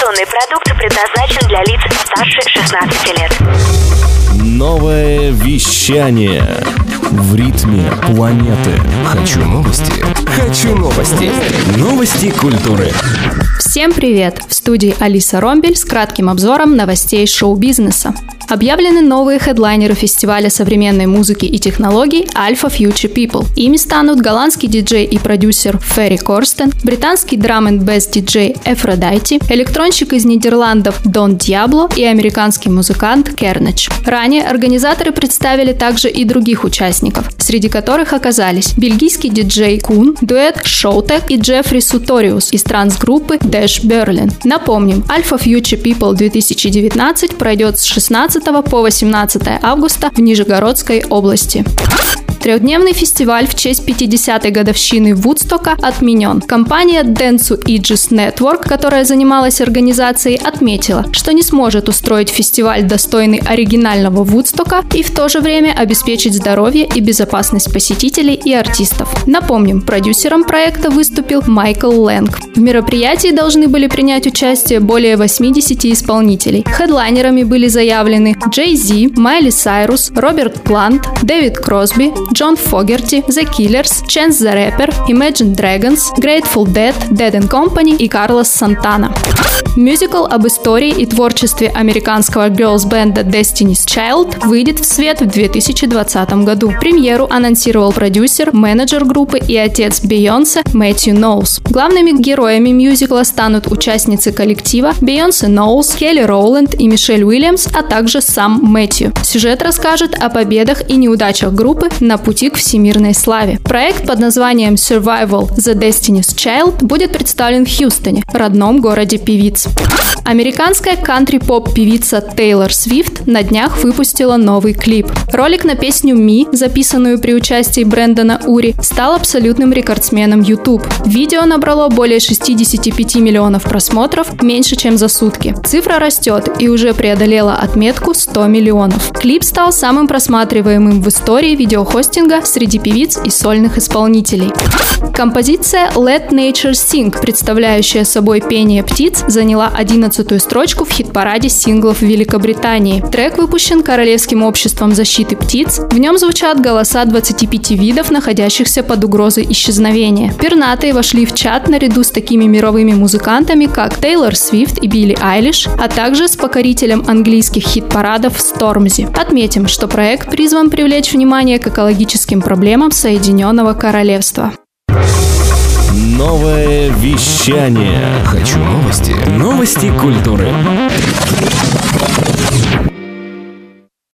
Информационный продукт предназначен для лиц старше 16 лет. Новое вещание в ритме планеты. Хочу новости. Хочу новости. Новости культуры. Всем привет! В студии Алиса Ромбель с кратким обзором новостей шоу-бизнеса. Объявлены новые хедлайнеры фестиваля современной музыки и технологий Alpha Future People. Ими станут голландский диджей и продюсер Ферри Корстен, британский драм-энд-бэс диджей Эфродайти, электронщик из Нидерландов Дон Диабло и американский музыкант Кернедж. Ранее организаторы представили также и других участников, среди которых оказались бельгийский диджей Кун, дуэт Showtek и Джеффри Суториус из транс-группы Dash Berlin. Напомним, Alpha Future People 2019 пройдет с 16 по 18 августа в Нижегородской области. Трехдневный фестиваль в честь 50-й годовщины Вудстока отменен. Компания Dentsu Aegis Network, которая занималась организацией, отметила, что не сможет устроить фестиваль, достойный оригинального Вудстока, и в то же время обеспечить здоровье и безопасность посетителей и артистов. Напомним, продюсером проекта выступил Майкл Лэнг. В мероприятии должны были принять участие более 80 исполнителей. Хедлайнерами были заявлены Джей Зи, Майли Сайрус, Роберт Плант, Дэвид Кросби, Джон Фогерти, The Killers, Chance the Rapper, Imagine Dragons, Grateful Dead, Dead & Company и Карлос Сантана. Мюзикл об истории и творчестве американского герлс-бенда Destiny's Child выйдет в свет в 2020 году. Премьеру анонсировал продюсер, менеджер группы и отец Бейонсе Мэтью Ноулс. Главными героями мюзикла станут участницы коллектива Бейонсе Ноулс, Келли Роуленд и Мишель Уильямс, а также сам Мэтью. Сюжет расскажет о победах и неудачах группы на пути к всемирной славе. Проект под названием Survival The Destiny's Child будет представлен в Хьюстоне, родном городе певиц. Американская кантри-поп-певица Тейлор Свифт на днях выпустила новый клип. Ролик на песню «Me», записанную при участии Брэндона Ури, стал абсолютным рекордсменом YouTube. Видео набрало более 65 миллионов просмотров меньше, чем за сутки. Цифра растет и уже преодолела отметку 100 миллионов. Клип стал самым просматриваемым в истории видеохостинга среди певиц и сольных исполнителей. Композиция Let Nature Sing, представляющая собой пение птиц, заняла 11-ю строчку в хит-параде синглов в Великобритании. Трек выпущен Королевским обществом защиты птиц. В нем звучат голоса 25 видов, находящихся под угрозой исчезновения. Пернатые вошли в чат наряду с такими мировыми музыкантами, как Тейлор Свифт и Билли Айлиш, а также с покорителем английских хит-парадов Стормзи. Отметим, что проект призван привлечь внимание к экологическим проблемам Соединенного Королевства. Новое вещание. Хочу новости. Новости культуры.